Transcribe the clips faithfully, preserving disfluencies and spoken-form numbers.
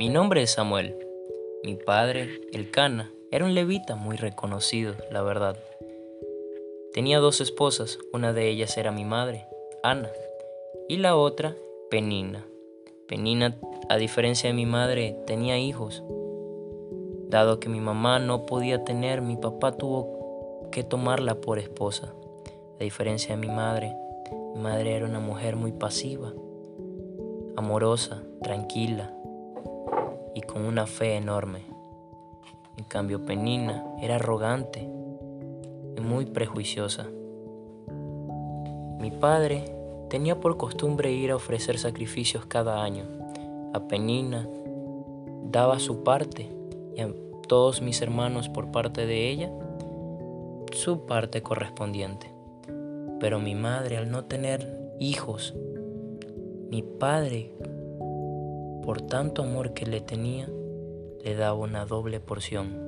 Mi nombre es Samuel. Mi padre, Elcana, era un levita muy reconocido, la verdad. Tenía dos esposas, una de ellas era mi madre, Ana, y la otra, Penina. Penina, a diferencia de mi madre, tenía hijos. Dado que mi mamá no podía tener, mi papá tuvo que tomarla por esposa. A diferencia de mi madre, mi madre era una mujer muy pasiva, amorosa, tranquila y con una fe enorme. En cambio, Penina era arrogante y muy prejuiciosa. Mi padre tenía por costumbre ir a ofrecer sacrificios cada año. A Penina daba su parte y a todos mis hermanos por parte de ella su parte correspondiente. Pero mi madre, al no tener hijos, mi padre, por tanto amor que le tenía, le daba una doble porción.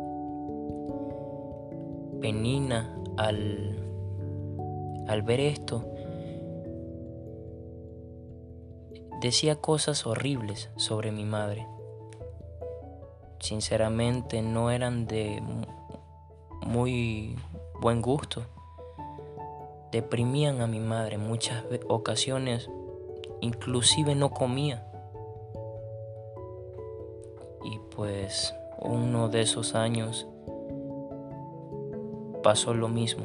Penina, al, al ver esto, decía cosas horribles sobre mi madre. Sinceramente, no eran de muy buen gusto. Deprimían a mi madre muchas ocasiones, inclusive no comía. Y pues uno de esos años pasó lo mismo.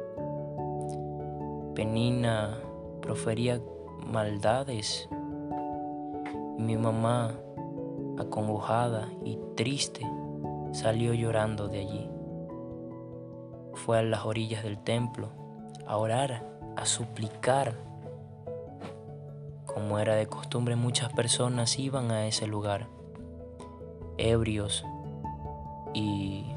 Penina profería maldades y mi mamá, acongojada y triste, salió llorando de allí. Fue a las orillas del templo a orar, a suplicar. Como era de costumbre, muchas personas iban a ese lugar, ebrios y,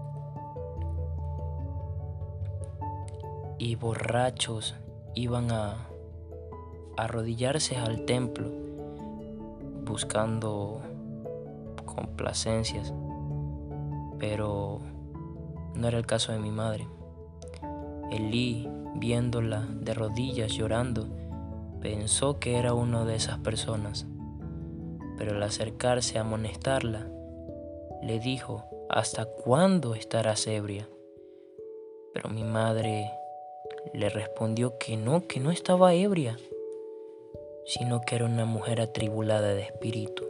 y borrachos, iban a, a arrodillarse al templo buscando complacencias, pero no era el caso de mi madre. Elí, viéndola de rodillas llorando, pensó que era una de esas personas, pero al acercarse a amonestarla, le dijo: ¿hasta cuándo estarás ebria? Pero mi madre le respondió que no, que no estaba ebria, sino que era una mujer atribulada de espíritu,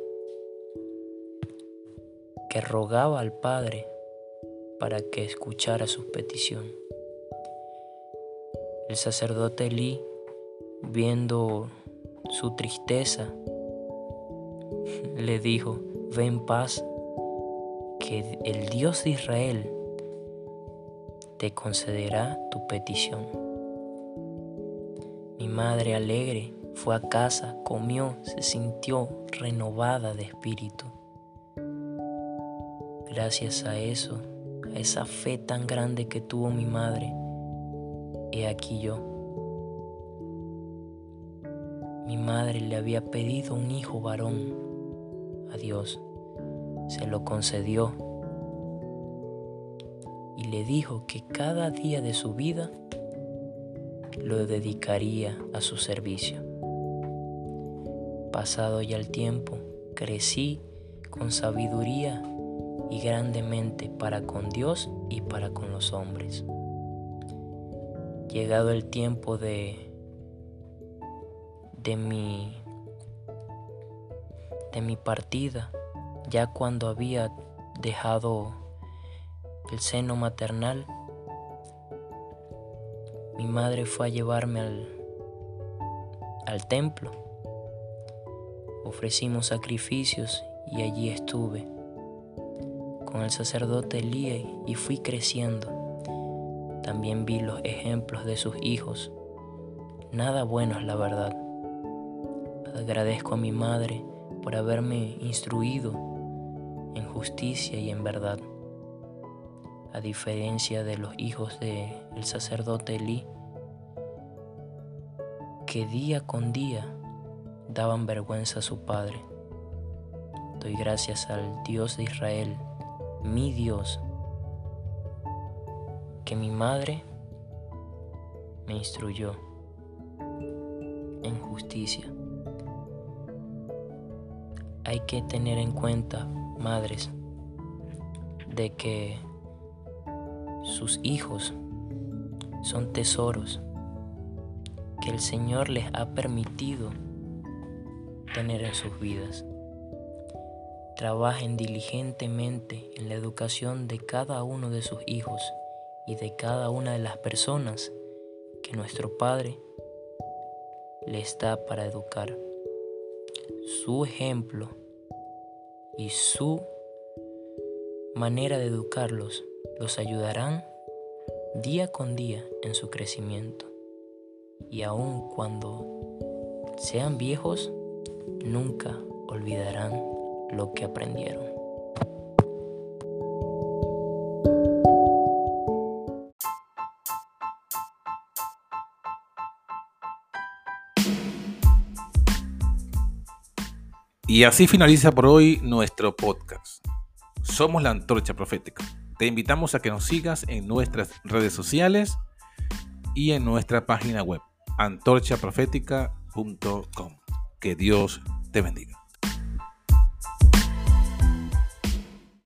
que rogaba al Padre para que escuchara su petición. El sacerdote Elí, viendo su tristeza, le dijo: ve en paz, que el Dios de Israel te concederá tu petición. Mi madre, alegre, fue a casa, comió, se sintió renovada de espíritu. Gracias a eso, a esa fe tan grande que tuvo mi madre, he aquí yo. Mi madre le había pedido un hijo varón a Dios, se lo concedió y le dijo que cada día de su vida lo dedicaría a su servicio. Pasado ya el tiempo, crecí con sabiduría y grandemente para con Dios y para con los hombres. Llegado el tiempo de, de, mi, de mi partida, ya cuando había dejado el seno maternal, mi madre fue a llevarme al, al templo. Ofrecimos sacrificios y allí estuve con el sacerdote Elí y fui creciendo. También vi los ejemplos de sus hijos, nada buenos, la verdad. Agradezco a mi madre por haberme instruido en justicia y en verdad. A diferencia de los hijos del sacerdote Elí, que día con día daban vergüenza a su padre. Doy gracias al Dios de Israel, mi Dios, que mi madre me instruyó en justicia. hay que tener en cuenta, madres, de que sus hijos son tesoros que el Señor les ha permitido tener en sus vidas. Trabajen diligentemente en la educación de cada uno de sus hijos y de cada una de las personas que nuestro Padre les da para educar. Su ejemplo y su manera de educarlos los ayudarán día con día en su crecimiento. Y aun cuando sean viejos, nunca olvidarán lo que aprendieron. Y así finaliza por hoy nuestro podcast. Somos la Antorcha Profética. Te invitamos a que nos sigas en nuestras redes sociales y en nuestra página web antorcha profética punto com. Que Dios te bendiga.